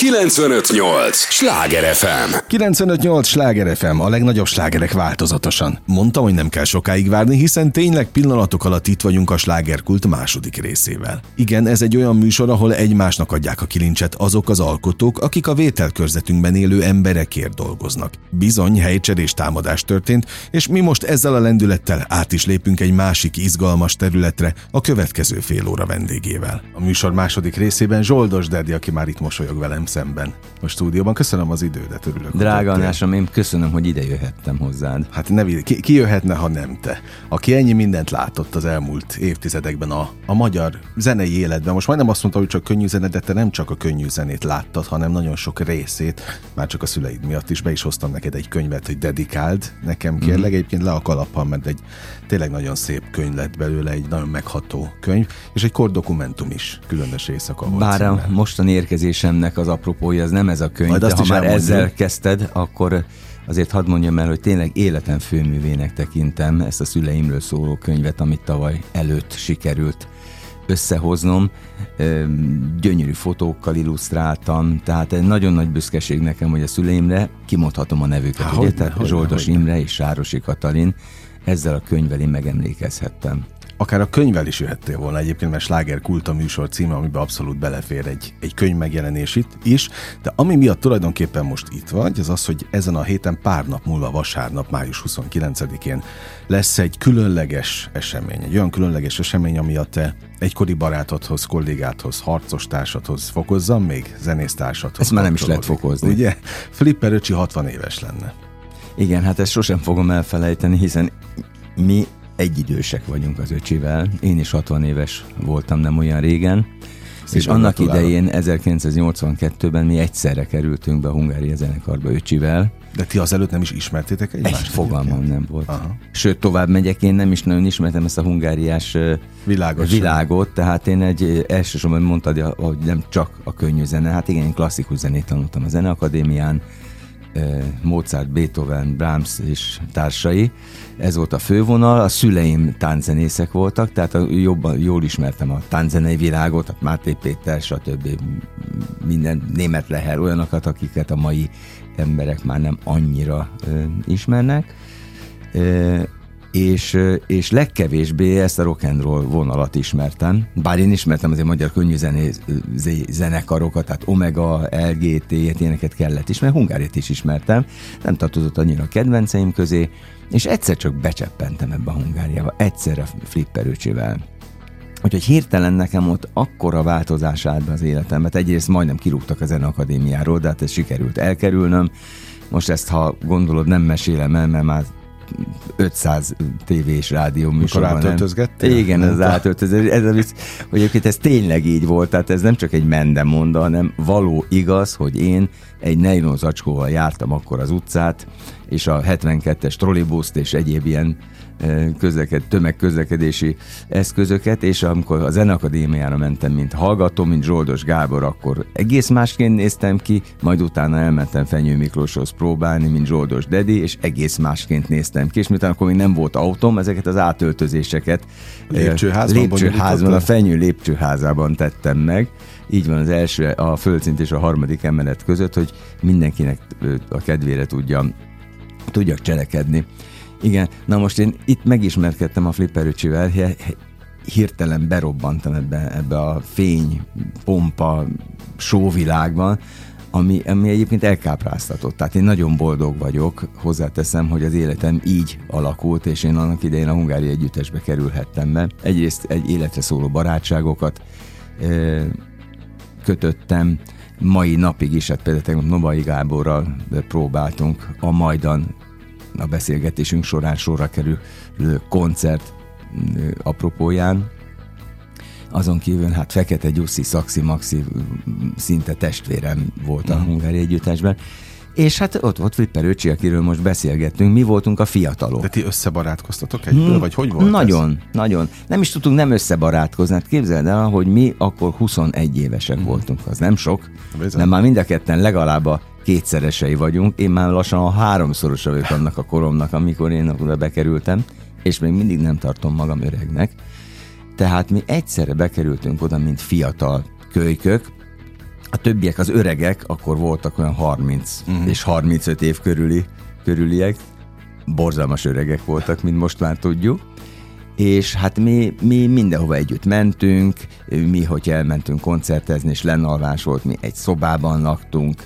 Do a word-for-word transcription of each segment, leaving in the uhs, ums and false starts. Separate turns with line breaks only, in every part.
kilencvenöt nyolc Sláger ef em.
kilencvenöt nyolc Sláger ef em, a legnagyobb slágerek változatosan. Mondtam, hogy nem kell sokáig várni, hiszen tényleg pillanatok alatt itt vagyunk a slágerkult második részével. Igen, ez egy olyan műsor, ahol egymásnak adják a kilincset azok az alkotók, akik a vételkörzetünkben élő emberekért dolgoznak. Bizony, helycserés támadás történt, és mi most ezzel a lendülettel át is lépünk egy másik izgalmas területre a következő fél óra vendégével. A műsor második részében Zsoldos Dedi, aki már itt mosolyog velem szemben a stúdióban. Köszönöm az idődet, örülök.
Drága Andrásom, én köszönöm, hogy ide jöhettem hozzád.
Hát ne, ki, ki jöhetne, ha nem te? Aki ennyi mindent látott az elmúlt évtizedekben a, a magyar zenei életben. Most majdnem azt mondta, hogy csak könnyű zene, de te nem csak a könnyű zenét láttad, hanem nagyon sok részét, már csak a szüleid miatt is. Be is hoztam neked egy könyvet, hogy dedikáld nekem, kérlek. Mm. Egyébként le a kalappal, mert egy tényleg nagyon szép könyv lett belőle, egy nagyon megható könyv, és egy kordokumentum is, Különös éjszaka volt.
Bár a mostani érkezésemnek az apropója, az nem ez a könyv, de ha már ezzel mondjam. Kezdted, akkor azért hadd mondjam el, hogy tényleg életem főművének tekintem ezt a szüleimről szóló könyvet, amit tavaly előtt sikerült összehoznom. Gyönyörű fotókkal illusztráltam, tehát egy nagyon nagy büszkeség nekem, hogy a szüleimre kimondhatom a nevüket, Há, ugye? Hogyne, tehát hogyne, Zsoldos hogyne. Imre és Sárosi Katalin, ezzel a könyvvel én megemlékezhettem.
Akár a könyvvel is jöhettél volna egyébként, mert Slágerkult a műsor címe, amiben abszolút belefér egy, egy könyv megjelenés itt is, de ami miatt tulajdonképpen most itt vagy, az az, hogy ezen a héten pár nap múlva, vasárnap, május huszonkilencedikén lesz egy különleges esemény, egy olyan különleges esemény, ami a te egykori barátodhoz, kollégádhoz, harcostársadhoz fokozzam, még zenésztársadhoz.
Ezt már nem is lehet fokozni.
Ugye? Flipper öcsi hatvan éves lenne.
Igen, hát ezt sosem fogom elfelejteni, hiszen mi egyidősek vagyunk az öcsivel. Én is hatvan éves voltam nem olyan régen, Szépen és annak idején ezerkilencszáznyolcvankettőben mi egyszerre kerültünk be a Hungária zenekarba öcsivel.
De ti azelőtt nem is ismertétek egymást?
Egy fogalmam nem volt. Aha. Sőt, tovább megyek, én nem is nagyon ismertem ezt a hungáriás Világos világot, sem. Tehát én egy elsősorban mondtad, hogy nem csak a könnyű zene, hát igen, én klasszikus zenét tanultam a Zeneakadémián, Mozart, Beethoven, Brahms és társai. Ez volt a fővonal, a szüleim tánczenészek voltak, tehát jobban, jól ismertem a tánczenei világot, a Máté Péter, stb. Minden Németh Lehel, olyanokat, akiket a mai emberek már nem annyira ö, ismernek. Ö, és, és legkevésbé ezt a rock and roll vonalat ismertem, bár én ismertem azért magyar könnyű zené, zenekarokat, tehát Omega, el gé té, ilyeneket kellett ismerni, Hungáriát is ismertem, nem tartozott annyira a kedvenceim közé, és egyszer csak becseppentem ebbe a Hungáriába, egyszer a Flipper öcsivel. Úgyhogy hirtelen nekem ott akkora változás állt be az életemet, egyrészt majdnem kirúgtak a Zeneakadémiáról, de hát ez sikerült elkerülnöm. Most ezt, ha gondolod, nem mesélem el, mert már ötszáz tévés rádió műsorban.
Mikor átöltözgettél?
Igen, ez átöltözés. Ez a vicc, hogy egyébként ez tényleg így volt, tehát ez nem csak egy mendemonda, hanem való igaz, hogy én egy nejlon zacskóval jártam akkor az utcát, és a hetvenkettes trollibuszt és egyéb ilyen közleked, tömegközlekedési eszközöket, és amikor a Zeneakadémiára mentem, mint hallgató, mint Zsoldos Gábor, akkor egész másként néztem ki, majd utána elmentem Fenyő Miklóshoz próbálni, mint Zsoldos Dedi, és egész másként néztem ki, és miután akkor még nem volt autóm, ezeket az átöltözéseket
lépcsőházban,
lépcsőházban a Fenyő lépcsőházában tettem meg. Így van, az első, a földszint és a harmadik emelet között, hogy mindenkinek a kedvére tudja, tudjak cselekedni. Igen, na most én itt megismerkedtem a Flipper öcsivel, hirtelen berobbantam ebbe, ebbe a fény, pompa, showvilágban, ami, ami egyébként elkápráztatott. Tehát én nagyon boldog vagyok, hozzáteszem, hogy az életem így alakult, és én annak idején a Hungária együttesbe kerülhettem be. Egyrészt egy életre szóló barátságokat ö, kötöttem, mai napig is, hát például Nobai Gáborral próbáltunk a Majdan, a beszélgetésünk során sorra kerül koncert apropóján. Azon kívül hát Fekete Gyuszi, Szaxi Maxi szinte testvérem volt a Hungária együttesben. És hát ott volt Flipper öcsi, akiről most beszélgettünk, mi voltunk a fiatalok.
De ti összebarátkoztatok egyből, hmm, vagy hogy volt
Nagyon,
ez?
nagyon. Nem is tudtunk nem összebarátkozni. Hát képzeld el, hogy mi akkor huszonegy évesek hmm. voltunk. Az nem sok, de már mind a ketten legalább a kétszeresei vagyunk. Én már lassan a háromszorosa vagyok annak a koromnak, amikor én oda bekerültem, és még mindig nem tartom magam öregnek. Tehát mi egyszerre bekerültünk oda, mint fiatal kölykök, A többiek, az öregek, akkor voltak olyan harminc uh-huh. és harmincöt év körüli, körüliek, borzalmas öregek voltak, mint most már tudjuk, és hát mi, mi mindenhova együtt mentünk, mi, hogy elmentünk koncertezni, és lennalvás volt, mi egy szobában laktunk.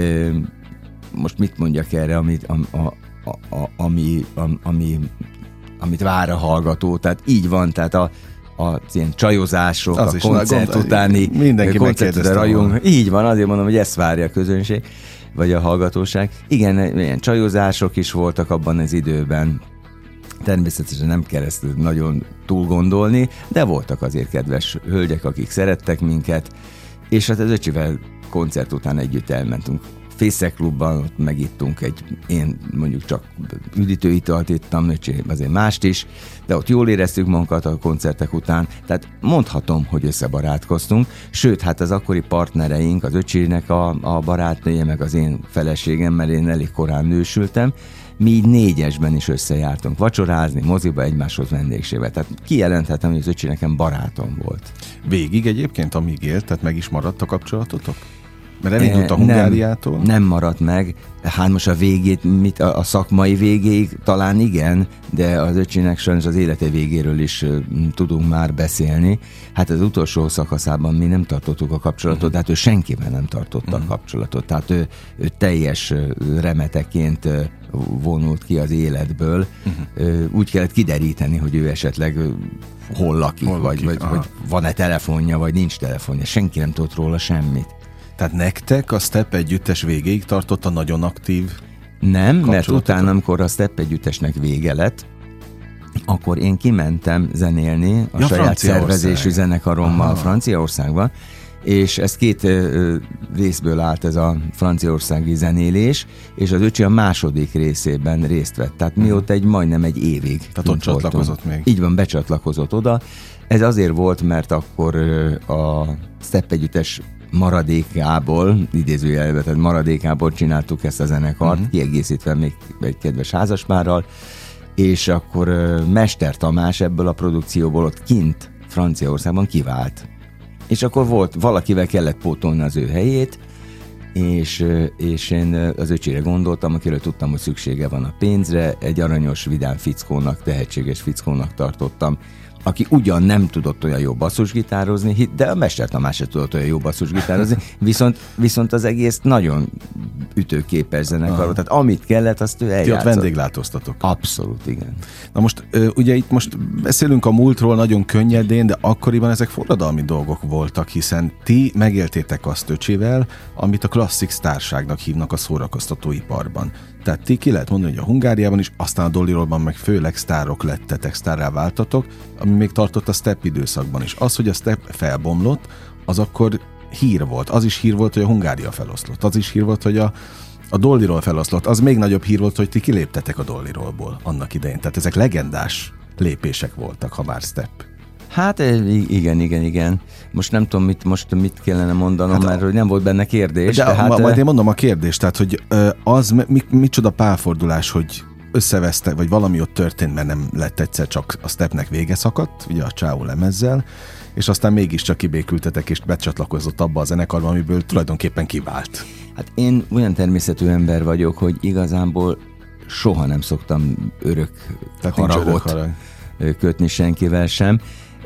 Most mit mondjak erre, amit, a, a, a, ami, a, ami, amit vár a hallgató, tehát így van, tehát a az ilyen csajozások, az a koncert gond, utáni koncertre rajong. Így van, azért mondom, hogy ezt várja a közönség, vagy a hallgatóság. Igen, ilyen csajozások is voltak abban az időben. Természetesen nem kell ezt nagyon túl gondolni, de voltak azért kedves hölgyek, akik szerettek minket, és hát az öcsivel koncert után együtt elmentünk. Fészekklubban ott megittunk egy, én mondjuk csak üdítőitalt ittam, öcsém azért mást is, de ott jól éreztük magunkat a koncertek után, tehát mondhatom, hogy összebarátkoztunk, sőt, hát az akkori partnereink, az öcsének a, a barátnője, meg az én feleségem, mert én elég korán nősültem, mi így négyesben is összejártunk vacsorázni, moziba, egymáshoz vendégségbe. Tehát kijelenthetem, hogy az öcsi nekem barátom volt.
Végig egyébként, amíg élt, tehát meg is maradt a kapcsolatotok? Mert elindult a Hungáriától?
Nem, nem maradt meg. Hát most a végét, mit, a, a szakmai végéig talán igen, de az öcsinek sajnos az élete végéről is uh, tudunk már beszélni. Hát az utolsó szakaszában mi nem tartottuk a kapcsolatot, uh-huh. tehát ő senkivel nem tartotta uh-huh. a kapcsolatot. Tehát ő, ő teljes uh, remeteként uh, vonult ki az életből. Uh-huh. Uh, úgy kellett kideríteni, hogy ő esetleg uh, hol lakik, hol vagy, lakik? Vagy, vagy van-e telefonja, vagy nincs telefonja. Senki nem tudott róla semmit.
Tehát nektek a Step együttes végéig tartotta nagyon aktív
Nem, mert utána, amikor a Step együttesnek vége lett, akkor én kimentem zenélni a ja, saját szervezésű zenekarommal Franciaországban, és ez két ö, részből állt ez a franciaországi zenélés, és az öcsi a második részében részt vett. Tehát mi ott egy majdnem egy évig.
Tehát ott csatlakozott még.
Így van, becsatlakozott oda. Ez azért volt, mert akkor ö, a Step együttes maradékából, idézőjelben, tehát maradékából csináltuk ezt a zenekart, uh-huh. kiegészítve még egy kedves házaspárral, és akkor uh, Mester Tamás ebből a produkcióból ott kint Franciaországban kivált. És akkor volt, valakivel kellett pótolni az ő helyét, és, uh, és én az öcsére gondoltam, akiről tudtam, hogy szüksége van a pénzre, egy aranyos, vidám fickónak, tehetséges fickónak tartottam, aki ugyan nem tudott olyan jó basszusgitározni, de a Mester Tamás se tudott olyan jó basszusgitározni, viszont, viszont az egész nagyon ütőképes zenekar, tehát amit kellett, azt ő eljátszott.
Ti ott vendéglátóztatok.
Abszolút, igen.
Na most, ugye itt most beszélünk a múltról nagyon könnyedén, de akkoriban ezek forradalmi dolgok voltak, hiszen ti megéltétek azt öcsével, amit a klasszik sztárságnak hívnak a szórakoztatóiparban. Tehát ti ki lehet mondani, hogy a Hungáriában is, aztán a Dolly Rollban meg főleg sztárok lettetek, sztárrá váltatok, ami még tartott a Step időszakban is. Az, hogy a Step felbomlott, az akkor hír volt. Az is hír volt, hogy a Hungária feloszlott. Az is hír volt, hogy a, a Dolly Roll feloszlott. Az még nagyobb hír volt, hogy ti kiléptetek a Dolly Rollból annak idején. Tehát ezek legendás lépések voltak, ha már Step.
Hát igen, igen, igen. Most nem tudom, mit, most mit kellene mondanom, hát mert hogy nem volt benne kérdés.
De
tehát...
ma, majd én mondom a kérdést, tehát hogy az mi, micsoda pálfordulás, hogy összevesztek, vagy valami ott történt, mert nem lett egyszer csak a Stepnek vége szakadt, ugye a Ciao lemezzel, és aztán mégiscsak kibékültetek, és becsatlakozott abba a zenekarba, amiből tulajdonképpen kivált.
Hát én olyan természetű ember vagyok, hogy igazából soha nem szoktam örök tehát haragot harag. kötni senkivel sem.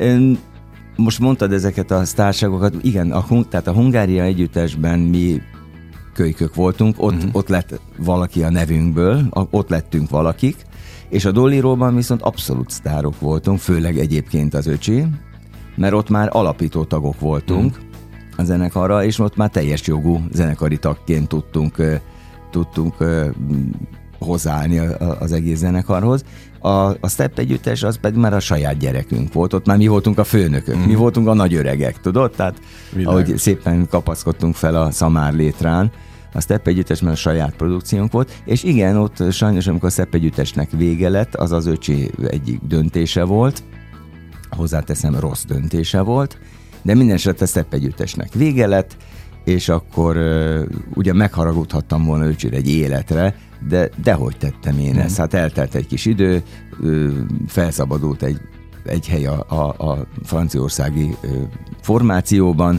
Most mondtad ezeket a sztárságokat, igen, a, tehát a Hungária együttesben mi kölykök voltunk, ott, uh-huh. ott lett valaki a nevünkből, ott lettünk valakik, és a Dolly Rollban viszont abszolút sztárok voltunk, főleg egyébként az öcsi, mert ott már alapító tagok voltunk uh-huh. a zenekarra, és ott már teljes jogú zenekari tagként tudtunk, uh, tudtunk uh, hozzáállni az egész zenekarhoz. A, a Step együttes az pedig már a saját gyerekünk volt, ott már mi voltunk a főnökök, mm. mi voltunk a nagy öregek, tudod? Tehát Világos. Ahogy szépen kapaszkodtunk fel a Szamár létrán, a Step együttes már a saját produkciónk volt, és igen, ott sajnos, amikor a Step együttesnek vége lett, az az öcsi egyik döntése volt, hozzáteszem, rossz döntése volt, de minden esetre a Step együttesnek vége lett, és akkor uh, ugye megharagudhattam volna öcsire egy életre, de dehogy tettem én ezt. Hát eltelt egy kis idő, uh, felszabadult egy, egy hely a, a, a franciaországi uh, formációban,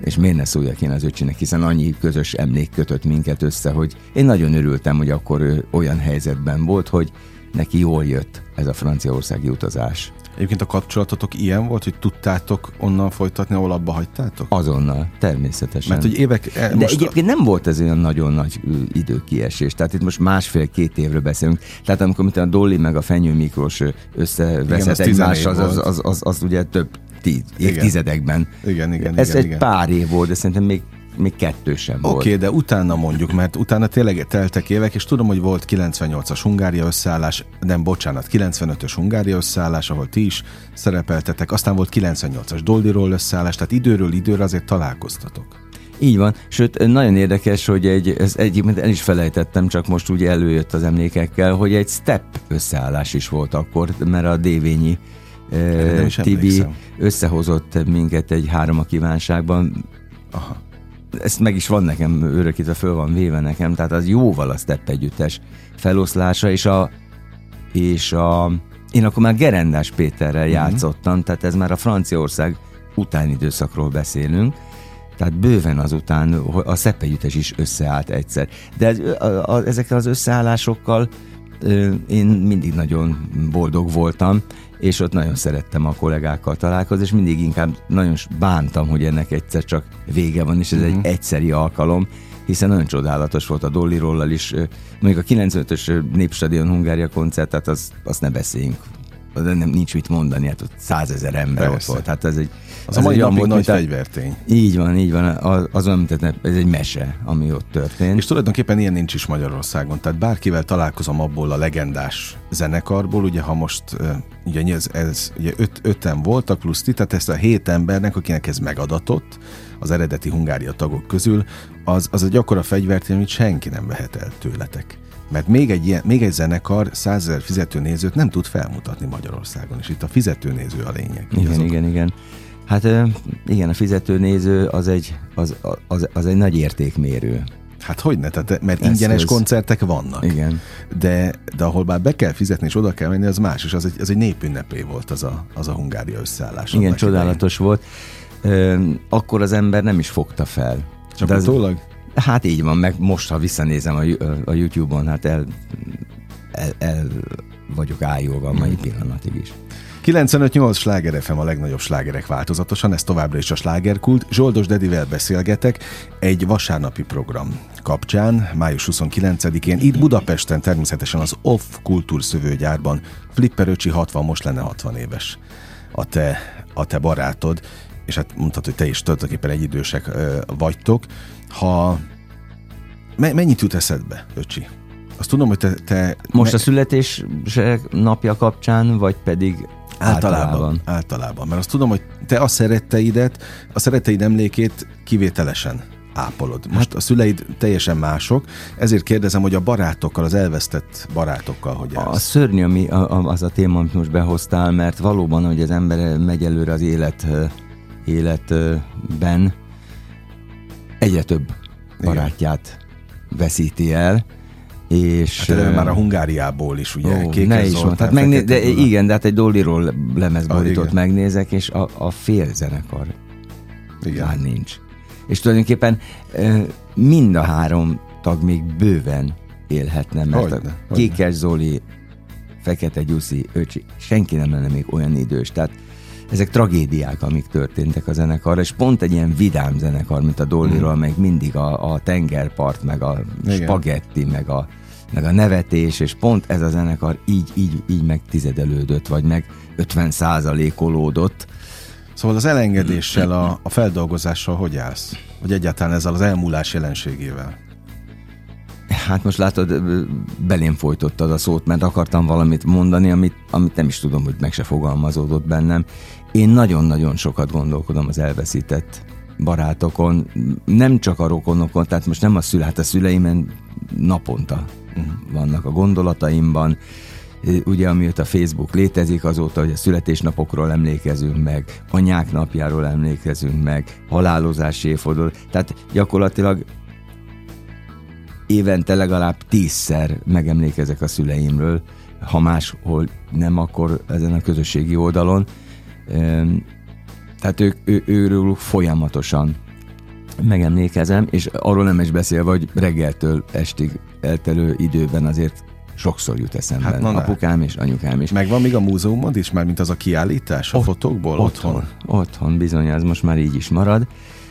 és miért ne szóljak én az öcsinek, hiszen annyi közös emlék kötött minket össze, hogy én nagyon örültem, hogy akkor ő olyan helyzetben volt, hogy neki jól jött ez a franciaországi utazás.
Egyébként a kapcsolatotok ilyen volt, hogy tudtátok onnan folytatni, ahol abba hagytátok?
Azonnal, természetesen.
Mert hogy évek...
De most egyébként a... nem volt ez olyan nagyon nagy időkiesés. Tehát itt most másfél-két évről beszélünk. Tehát amikor mint a Dolly meg a Fenyő Miklós összeveszett egymással, az, az, az, az, az ugye több tíz, évtizedekben.
Igen, igen,
ez
igen,
egy
igen.
pár év volt, de szerintem még még kettő sem volt.
Oké, okay, de utána mondjuk, mert utána tényleg teltek évek, és tudom, hogy volt kilencvennyolcas Hungária összeállás, nem, bocsánat, kilencvenötös Hungária összeállás, ahol ti is szerepeltetek, aztán volt kilencvennyolcas Dollyról összeállás, tehát időről időre azért találkoztatok.
Így van, sőt, nagyon érdekes, hogy egy, ez egyébként el is felejtettem, csak most úgy előjött az emlékekkel, hogy egy step összeállás is volt akkor, mert a Dévényi eh, Tibi összehozott minket egy Három a kívánságban.
Aha.
Ezt meg is van nekem örökítve, föl van véve nekem, tehát az jóval a Step együttes feloszlása, és a, és a én akkor már Gerendás Péterrel mm-hmm. játszottam, tehát ez már a Franciaország utáni időszakról beszélünk, tehát bőven azután a Step együttes is összeállt egyszer. De ez, a, a, ezekkel az összeállásokkal ö, én mindig nagyon boldog voltam, és ott nagyon szerettem a kollégákkal találkozni, és mindig inkább nagyon bántam, hogy ennek egyszer csak vége van, és ez uh-huh. egy egyszeri alkalom, hiszen nagyon csodálatos volt a Dollyrollal is. Mondjuk a kilencvenötös Népstadion Hungária koncertet, az, azt ne beszéljünk. De nem, nincs mit mondani, hát ott százezer ember Persze. ott volt. Hát ez egy,
az, az a mai napig nagy fegyvertény.
Így van, így van. Az, az olyan, mint ez egy mese, ami ott történt.
És tulajdonképpen ilyen nincs is Magyarországon. Tehát bárkivel találkozom abból a legendás zenekarból, ugye ha most ugye ez, ez ugye öt, öten voltak plusz ti, tehát ezt a hét embernek, akinek ez megadatott, az eredeti Hungária tagok közül, az, az egy akkora fegyvertény, amit senki nem vehet el tőletek. Mert még egy, ilyen, még egy zenekar százezer fizetőnézőt nem tud felmutatni Magyarországon, és itt a fizetőnéző a lényeg.
Igen, azok... igen, igen. Hát igen, a fizetőnéző az egy, az, az, az egy nagy értékmérő.
Hát hogyne, tehát, mert ez, ingyenes ez... koncertek vannak.
Igen. De,
de ahol bár be kell fizetni, és oda kell menni, az más, és az egy, az egy népünnepé volt az a, az a Hungária összeállás.
Igen, csodálatos idején. volt. Akkor az ember nem is fogta fel.
Csak utólag?
Hát így van, meg most, ha visszanézem a, a YouTube-on, hát el, el, el vagyok ájulva a mai pillanatig is.
kilencvenöt nyolc Sláger ef em, a legnagyobb slágerek változatosan, ez továbbra is a Slágerkult. Zsoldos Dedivel beszélgetek egy vasárnapi program kapcsán, május huszonkilencedikén, itt Budapesten, természetesen az Off Kultúrszövőgyárban. Flipper öcsi hatvan, most lenne hatvan éves a te, a te barátod, és hát mondhatod, hogy te is tulajdonképpen egyidősek ö, vagytok. Ha me, mennyit jut eszedbe, öcsi? Azt tudom, hogy te... te
Most me... a születés napja kapcsán, vagy pedig általában? Általában.
Általában. Mert azt tudom, hogy te a szeretteidet, a szeretteid emlékét kivételesen ápolod. Most hát, a szüleid teljesen mások, ezért kérdezem, hogy a barátokkal, az elvesztett barátokkal hogy állsz?
A szörnyű ami, az a téma, amit most behoztál, mert valóban, hogy az ember megy előre az élet, életben, egyre több barátját igen. veszíti el, és...
Hát uh, már a Hungáriából is, ugye?
Ó, ne is van. Hát megné- de igen, de hát egy Dollyról lemezborítót ah, megnézek, és a, a fél zenekar igen. már nincs. És tulajdonképpen mind a három tag még bőven élhetne, mert hogyne, a Kékes hogyne. Zoli, Fekete Gyuszi, öcsi, senki nem lenne még olyan idős. Tehát ezek tragédiák, amik történtek a zenekarra, és pont egy ilyen vidám zenekar, mint a Dollyról, mm. meg mindig a, a tengerpart, meg a igen. spagetti, meg a, meg a nevetés, és pont ez a zenekar így, így, így meg tizedelődött, vagy meg ötven százalékolódott.
Szóval az elengedéssel, a, a feldolgozással hogy állsz? Vagy egyáltalán ezzel az elmúlás jelenségével?
Hát most látod, belém folytottad a szót, mert akartam valamit mondani, amit, amit nem is tudom, hogy meg se fogalmazódott bennem. Én nagyon-nagyon sokat gondolkodom az elveszített barátokon, nem csak a rokonokon, tehát most nem a szüle, hát a szüleimen naponta uh-huh. vannak a gondolataimban. Ugye, amióta a Facebook létezik, azóta, hogy a születésnapokról emlékezünk meg, anyák napjáról emlékezünk meg, halálozási évforduló. Tehát gyakorlatilag évente legalább tízszer megemlékezek a szüleimről, ha máshol nem, akkor ezen a közösségi oldalon. Tehát ők, ő, őről folyamatosan megemlékezem, és arról nem is beszélve, hogy reggeltől estig eltelő időben azért sokszor jut eszembe. Hát, apukám és anyukám is.
Megvan még a múzeumod is, már mint az a kiállítás a Ott, fotókból otthon?
Otthon, otthon bizony, az most már így is marad.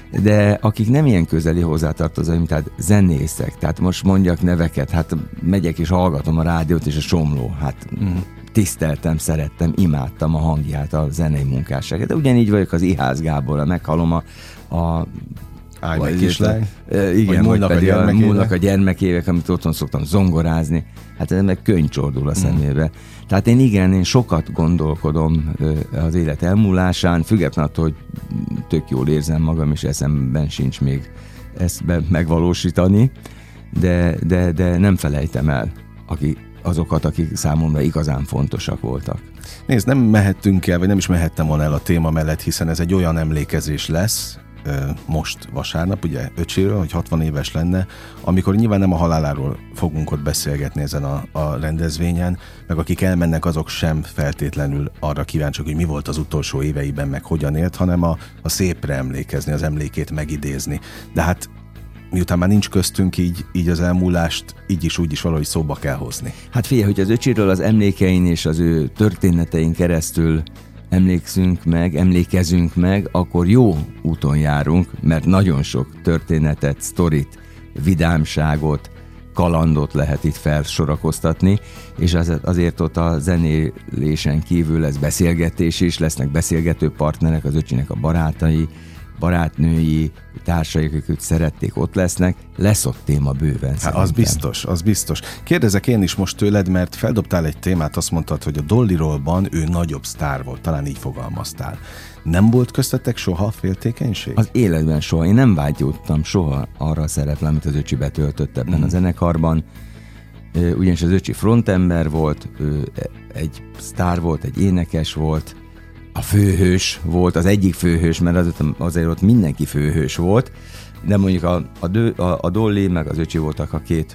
De akik nem ilyen közeli hozzátartozóim, tehát zenészek, tehát most mondjak neveket, hát megyek és hallgatom a rádiót és a Somló, hát mm. tiszteltem, szerettem, imádtam a hangját, a zenei munkásságát. De ugyanígy vagyok az Ihász Gáborral, meghallom a, a
Állj meg kislány.
Igen, vagy pedig a, a múlnak a gyermekévek, amit otthon szoktam zongorázni, hát ez meg könyv csordul a szemébe. Mm. Tehát én igen, én sokat gondolkodom az élet elmúlásán, függetlenül attól, hogy tök jól érzem magam, és eszemben sincs még ezt be megvalósítani, de, de, de nem felejtem el aki, azokat, akik számomra igazán fontosak voltak.
Nézd, nem mehettünk el, vagy nem is mehettem volna el a téma mellett, hiszen ez egy olyan emlékezés lesz, most vasárnap, ugye öcséről, hogy hatvan éves lenne, amikor nyilván nem a haláláról fogunk ott beszélgetni ezen a, a rendezvényen, meg akik elmennek, azok sem feltétlenül arra kíváncsiak, hogy mi volt az utolsó éveiben, meg hogyan élt, hanem a, a szépre emlékezni, az emlékét megidézni. De hát miután már nincs köztünk, így, így az elmúlást így is úgy is valahogy szóba kell hozni.
Hát figyelj, hogy az öcséről az emlékein és az ő történetein keresztül emlékszünk meg, emlékezünk meg, akkor jó úton járunk, mert nagyon sok történetet, sztorit, vidámságot, kalandot lehet itt felsorakoztatni, és az, azért ott a zenélésen kívül lesz beszélgetés is, lesznek beszélgető partnerek, az öcsinek a barátai, barátnői, társaik, akik szerették, ott lesznek, lesz ott téma bőven.
Hát az biztos, az biztos. Kérdezek én is most tőled, mert feldobtál egy témát, azt mondtad, hogy a Dolly Rollban ő nagyobb sztár volt, talán így fogalmaztál. Nem volt köztetek soha féltékenység?
Az életben soha. Én nem vágyódtam soha arra a szerepre, amit az öcsi betöltött ebben mm. a zenekarban. Ugyanis az öcsi frontember volt, ő egy sztár volt, egy énekes volt, a főhős volt, az egyik főhős, mert azért, azért ott mindenki főhős volt, de mondjuk a, a, dő, a, a Dolly meg az öcsi voltak a két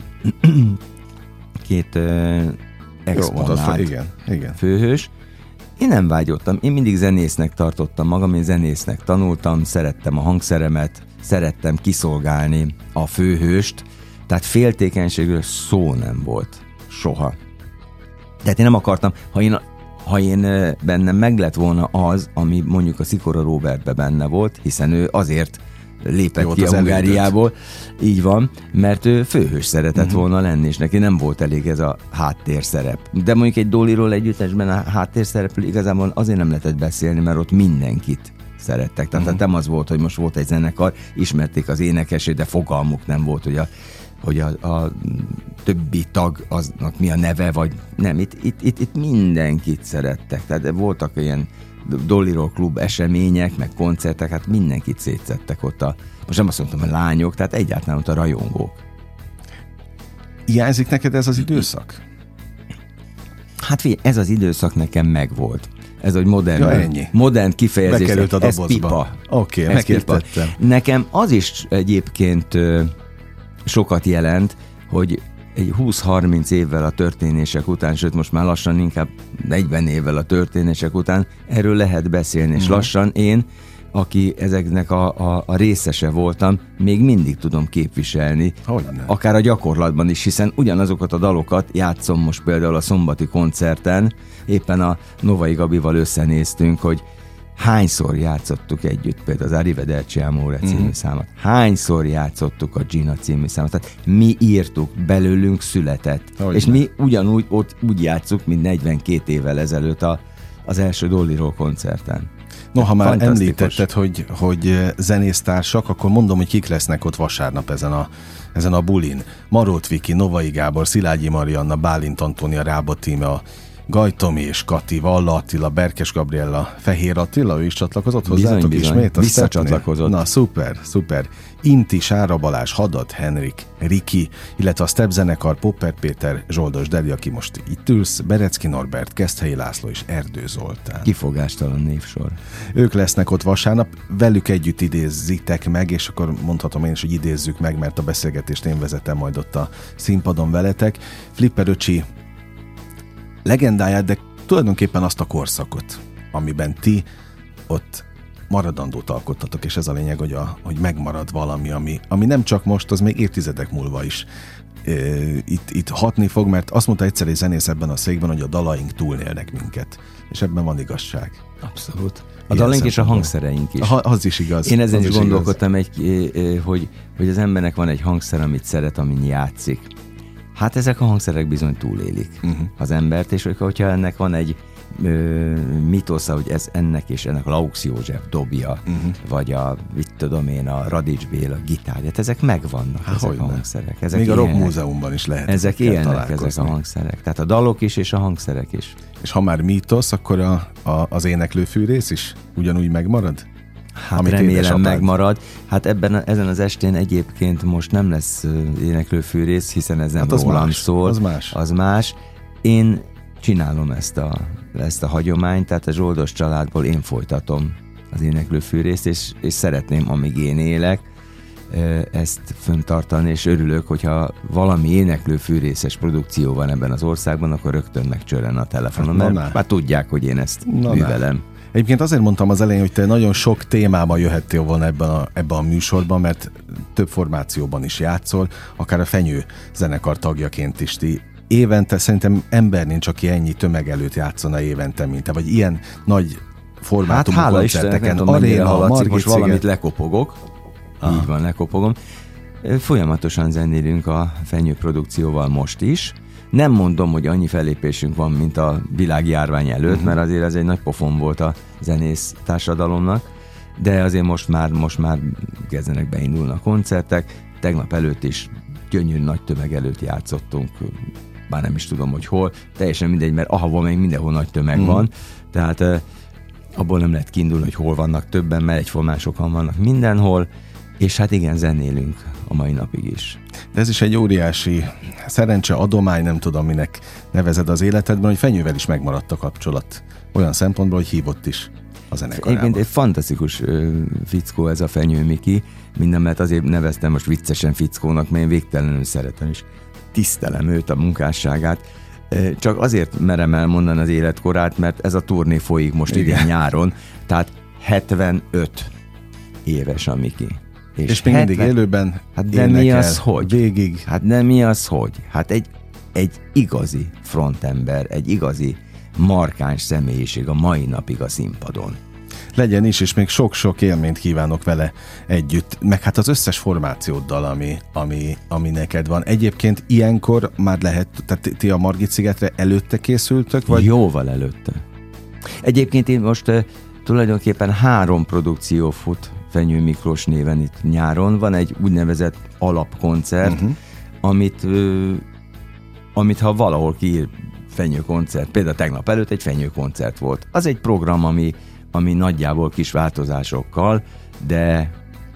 két uh, exponált
igen, igen.
főhős. Én nem vágyottam, én mindig zenésznek tartottam magam, én zenésznek tanultam, szerettem a hangszeremet, szerettem kiszolgálni a főhőst, tehát féltékenységről szó nem volt soha. Tehát én nem akartam, ha én Ha én bennem meg lett volna az, ami mondjuk a Szikora Róbertben benne volt, hiszen ő azért lépett Jó, ki a Hungáriából, így van, mert ő főhős szeretett uh-huh. volna lenni, és neki nem volt elég ez a háttérszerep. De mondjuk egy Dollyról együttesben a háttérszerepről igazából azért nem lehetett beszélni, mert ott mindenkit szerettek. Tehát uh-huh. nem az volt, hogy most volt egy zenekar, ismerték az énekesét, de fogalmuk nem volt, hogy a hogy a, a többi tag aznak mi a neve, vagy nem, itt, itt, itt, itt mindenkit szerettek, tehát voltak ilyen Dolly Roll klub események, meg koncertek, hát mindenkit szétszettek ott a, most nem azt mondtam, a lányok, tehát egyáltalán ott a rajongók.
Hiányzik neked ez az időszak?
Hát figyelj, ez az időszak nekem megvolt. Ez, hogy modern,
ja, ennyi.
modern kifejezés.
Bekerült a dobozba.
Ez pipa.
Oké, okay, megértettem.
Nekem az is egyébként sokat jelent, hogy egy húsz-harminc évvel a történések után, sőt most már lassan inkább negyven évvel a történések után erről lehet beszélni, és mm. lassan én, aki ezeknek a, a, a részese voltam, még mindig tudom képviselni, Hogyne. akár a gyakorlatban is, hiszen ugyanazokat a dalokat játszom most például a szombati koncerten, éppen a Novai Gabival összenéztünk, hogy hányszor játszottuk együtt például az Arrivederci Amore című mm-hmm. számot. Hányszor játszottuk a Gina című számot. Tehát mi írtuk, belőlünk született. Hogyne. És mi ugyanúgy ott úgy játszuk, mint negyvenkét évvel ezelőtt a, az első Dolly Roll koncerten.
No, ha már említetted, hogy, hogy zenésztársak, akkor mondom, hogy kik lesznek ott vasárnap ezen a, ezen a bulin. Marót Viki, Novai Gábor, Szilágyi Marianna, Bálint Antónia, Rába Tíme, Gaj Tomi és Kati, Valla Attila, Berkes Gabriella, Fehér Attila, ő is csatlakozott hozzátok
bizony,
ismét?
Visszacsatlakozott.
Na, szuper, szuper. Inti, Sára Balázs, Haddad, Henrik, Riki, illetve a Step zenekar, Popper Péter, Zsoldos Deli, aki most itt ülsz, Berecki Norbert, Keszthelyi László és Erdő Zoltán.
Kifogástalan névsor.
Ők lesznek ott vasárnap, velük együtt idézzitek meg, és akkor mondhatom én is, hogy idézzük meg, mert a beszélgetést én vezetem majd ott a színpadon veletek. Flipper öcsi legendáját, de tulajdonképpen azt a korszakot, amiben ti ott maradandót alkottatok, és ez a lényeg, hogy, a, hogy megmarad valami, ami, ami nem csak most, az még évtizedek múlva is Itt, itt hatni fog, mert azt mondta egyszer egy zenész ebben a székben, hogy a dalaink túlnélnek minket. És ebben van igazság.
Abszolút. A dalaink és a hangszereink is.
A, az is igaz.
Én ezen
az
is,
is
gondolkodtam, egy, hogy, hogy az embernek van egy hangszer, amit szeret, amin játszik. Hát ezek a hangszerek bizony túlélik uh-huh. az embert, és hogyha ennek van egy ö, mitosza, hogy ez ennek és ennek Laux József dobja, uh-huh. vagy a, mit tudom én, a Radics Béla gitárját, ezek megvannak, Há, ezek a hangszerek. Ezek
Még élnek. A Rock Múzeumban is lehet.
Ezek élnek, ezek a hangszerek. Tehát a dalok is, és a hangszerek is.
És ha már mítosz, akkor a, a, az éneklő fűrész is ugyanúgy megmarad?
Hát amit remélem megmarad. Hát ebben a, ezen az estén egyébként most nem lesz éneklő fűrész, hiszen ez nem hát az rólam más, szól.
Az más.
Az más. Én csinálom ezt a, ezt a hagyományt, tehát a Zsoldos családból én folytatom az éneklő fűrészt, és, és szeretném, amíg én élek, ezt föntartani, és örülök, hogyha valami éneklő fűrészes produkció van ebben az országban, akkor rögtön megcsörren a telefonom, hát, mert már tudják, hogy én ezt na, művelem. Na.
Egyébként azért mondtam az elején, hogy te nagyon sok témában jöhettél volna ebben a, ebben a műsorban, mert több formációban is játszol, akár a Fenyő zenekar tagjaként is ti. Évente szerintem ember nincs, aki ennyi tömeg előtt játszana évente, mint te, vagy ilyen nagy formátumú
hát,
koncerteken.
Aréna, Margit most valamit lekopogok, ah. így van, lekopogom. Folyamatosan zenélünk a Fenyő produkcióval most is. Nem mondom, hogy annyi fellépésünk van, mint a világjárvány előtt, uh-huh. mert azért ez egy nagy pofon volt a zenész társadalomnak, de azért most már, most már kezdenek beindulni a koncertek. Tegnap előtt is gyönyörű nagy tömeg előtt játszottunk, bár nem is tudom, hogy hol, teljesen mindegy, mert ahol még mindenhol nagy tömeg uh-huh. van, tehát eh, abból nem lehet kiindulni, hogy hol vannak többen, mert egyformán sokan vannak mindenhol, és hát igen, zenélünk a mai napig is.
De ez is egy óriási szerencse, adomány, nem tudom, minek nevezed az életedben, hogy Fenyővel is megmaradt a kapcsolat. Olyan szempontból, hogy hívott is a zenekarában.
Egyébként egy fantasztikus ö, fickó ez a Fenyő Miki, minden, mert azért neveztem most viccesen fickónak, mert én végtelenül szeretem és tisztelem őt, a munkásságát. Csak azért merem elmondani az életkorát, mert ez a turné folyik most idén nyáron, tehát hetvenöt éves a Miki.
És, és még hetven... mindig élőben
hát de mi az, hogy?
Végig.
Hát de mi az, hogy? Hát egy, egy igazi frontember, egy igazi markáns személyiség a mai napig a színpadon.
Legyen is, és még sok-sok élményt kívánok vele együtt, meg hát az összes formációddal, ami, ami, ami neked van. Egyébként ilyenkor már lehet, tehát ti a Margit szigetre előtte készültök? Vagy?
Jóval előtte. Egyébként én most uh, tulajdonképpen három produkció fut Fenyő Miklós néven itt nyáron. Van egy úgynevezett alapkoncert, uh-huh. amit, uh, amit ha valahol kiír Fenyő koncert, például tegnap előtt egy Fenyő koncert volt. Az egy program, ami ami nagyjából kis változásokkal, de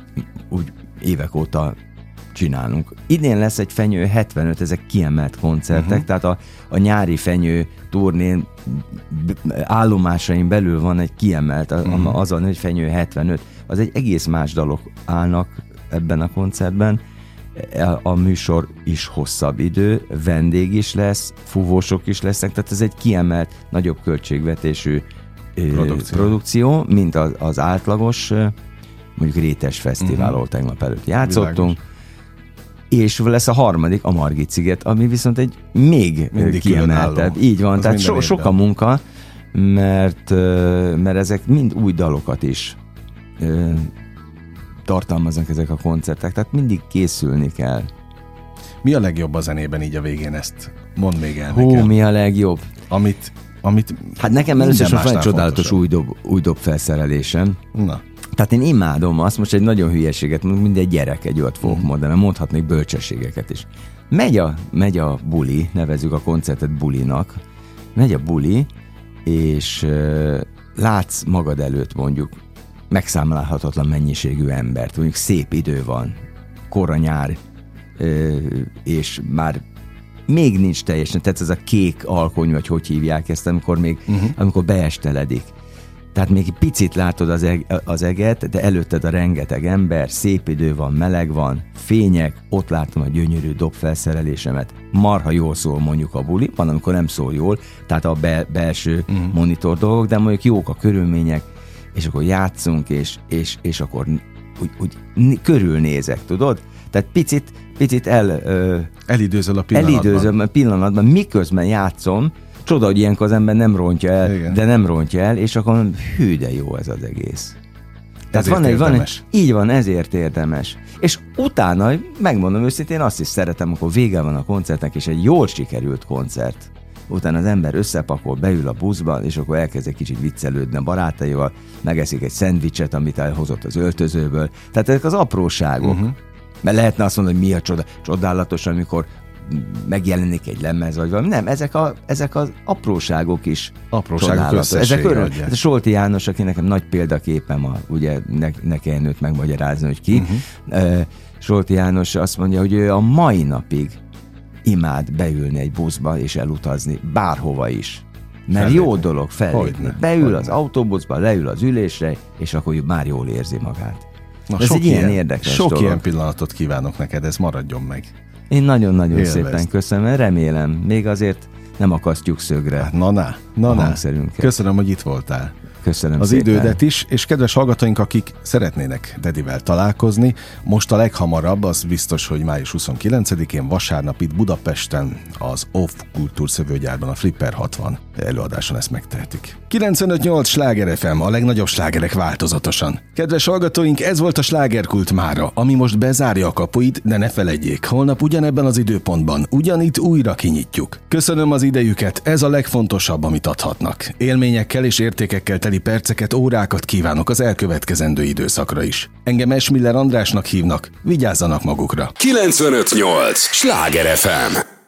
úgy évek óta csinálunk. Idén lesz egy Fenyő hetvenöt, ezek kiemelt koncertek, uh-huh. tehát a, a nyári Fenyő turnén állomásain belül van egy kiemelt, uh-huh. azon, hogy Fenyő hetvenöt, az egy egész más dalok állnak ebben a koncertben. A műsor is hosszabb idő, vendég is lesz, fúvósok is lesznek, tehát ez egy kiemelt, nagyobb költségvetésű Produkció. produkció, mint az, az átlagos, mondjuk Rétes Fesztivál, ahol uh-huh. tegnap előtt játszottunk. Világos. És lesz a harmadik, a Margit sziget, ami viszont egy még mindig kiemeltebb. Így van, az tehát so, sok a munka, mert, mert ezek mind új dalokat is tartalmaznak ezek a koncertek, tehát mindig készülni kell.
Mi a legjobb a zenében így a végén, ezt mondd még el
Hú,
nekem.
mi a legjobb?
Amit Amit
hát nekem először is van egy csodálatos új dob, új dob felszerelésem.
Na.
Tehát én imádom azt, most egy nagyon hülyeséget, mint egy gyerek, egy olyat fogok mm. mondani, mondhatnék bölcsességeket is. Megy a, megy a buli, nevezzük a koncertet bulinak, megy a buli, és uh, látsz magad előtt mondjuk megszámlálhatatlan mennyiségű embert, mondjuk szép idő van, kora nyár, uh, és már még nincs teljesen, tehát ez a kék alkony, vagy hogy hívják ezt, amikor még, uh-huh. amikor beesteledik. Tehát még picit látod az, eg- az eget, de előtted a rengeteg ember, szép idő van, meleg van, fények, ott látom a gyönyörű dobfelszerelésemet. Marha jól szól mondjuk a buli, van, amikor nem szól jól, tehát a be- belső uh-huh. monitor dolgok, de mondjuk jók a körülmények, és akkor játszunk, és, és, és akkor úgy, úgy körülnézek, tudod? Tehát picit, picit el, ö,
elidőzöl a pillanatban.
Elidőzöl a pillanatban, miközben játszom, csoda, hogy ilyenkor az ember nem rontja el, igen. de nem rontja el, és akkor hű, de jó ez az egész. Tehát van egy, van egy, így van, ezért érdemes. És utána, megmondom őszintén, azt is szeretem, amikor vége van a koncertnek, és egy jól sikerült koncert. Utána az ember összepakol, beül a buszba, és akkor elkezd egy kicsit viccelődni a barátaival, megeszik egy szendvicset, amit elhozott az öltözőből. Tehát ezek az apróságok. Uh-huh. Mert lehetne azt mondani, hogy mi a csoda, csodálatos, amikor megjelenik egy lemez, vagy valami. Nem, ezek, a, ezek az apróságok is
apróságok
ezek öröm. Ez a Solti János, aki nekem nagy példaképem, a, ugye ne, ne kelljen őt megmagyarázni, hogy ki. Uh-huh. Uh, Solti János azt mondja, hogy ő a mai napig imád beülni egy buszba és elutazni bárhova is. Mert fellépni. Jó dolog fellépni. Beül Hogyne. Az autóbuszba, leül az ülésre, és akkor már jól érzi magát.
Na, ez egy ilyen, ilyen érdekes Sok dolog. Ilyen pillanatot kívánok neked, ez maradjon meg.
Én nagyon-nagyon Élvezd. Szépen köszönöm, remélem, még azért nem akasztjuk szögre.
Hát, na, na, na, na. Köszönöm, hogy itt voltál.
Köszönöm
az
szépen.
idődet is, és kedves hallgatóink, akik szeretnének Dedivel találkozni, most a leghamarabb, az biztos, hogy május huszonkilencedikén vasárnap itt Budapesten az Off Kultúrszövőgyárban a Flipper hatvan előadáson ezt megtehetik. kilencvenöt nyolc Sláger ef em, a legnagyobb slágerek változatosan. Kedves hallgatóink, ez volt a Slágerkult mára, ami most bezárja a kapuit, de ne feledjék, holnap ugyanebben az időpontban, ugyanitt újra kinyitjuk. Köszönöm az idejüket, ez a legfontosabb, amit adhatnak. Élményekkel és értékekkel teli perceket, órákat kívánok az elkövetkezendő időszakra is. Engem Esmiller Andrásnak hívnak, vigyázzanak magukra.
kilencvenöt nyolc Sláger ef em